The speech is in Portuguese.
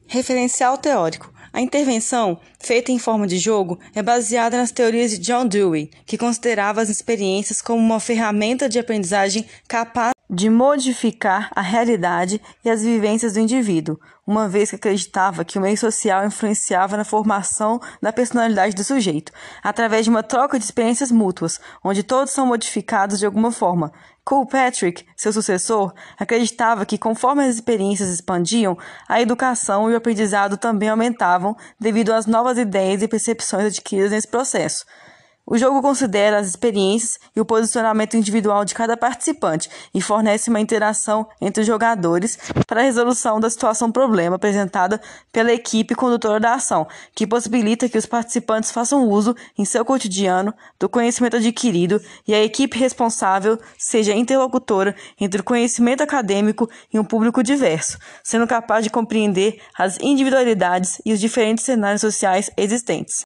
Referencial teórico. A intervenção, feita em forma de jogo, é baseada nas teorias de John Dewey, que considerava as experiências como uma ferramenta de aprendizagem capaz de modificar a realidade e as vivências do indivíduo, uma vez que acreditava que o meio social influenciava na formação da personalidade do sujeito, através de uma troca de experiências mútuas, onde todos são modificados de alguma forma. Kilpatrick, seu sucessor, acreditava que, conforme as experiências expandiam, a educação e o aprendizado também aumentavam devido às novas ideias e percepções adquiridas nesse processo. O jogo considera as experiências e o posicionamento individual de cada participante e fornece uma interação entre os jogadores para a resolução da situação-problema apresentada pela equipe condutora da ação, que possibilita que os participantes façam uso, em seu cotidiano, do conhecimento adquirido e a equipe responsável seja interlocutora entre o conhecimento acadêmico e um público diverso, sendo capaz de compreender as individualidades e os diferentes cenários sociais existentes.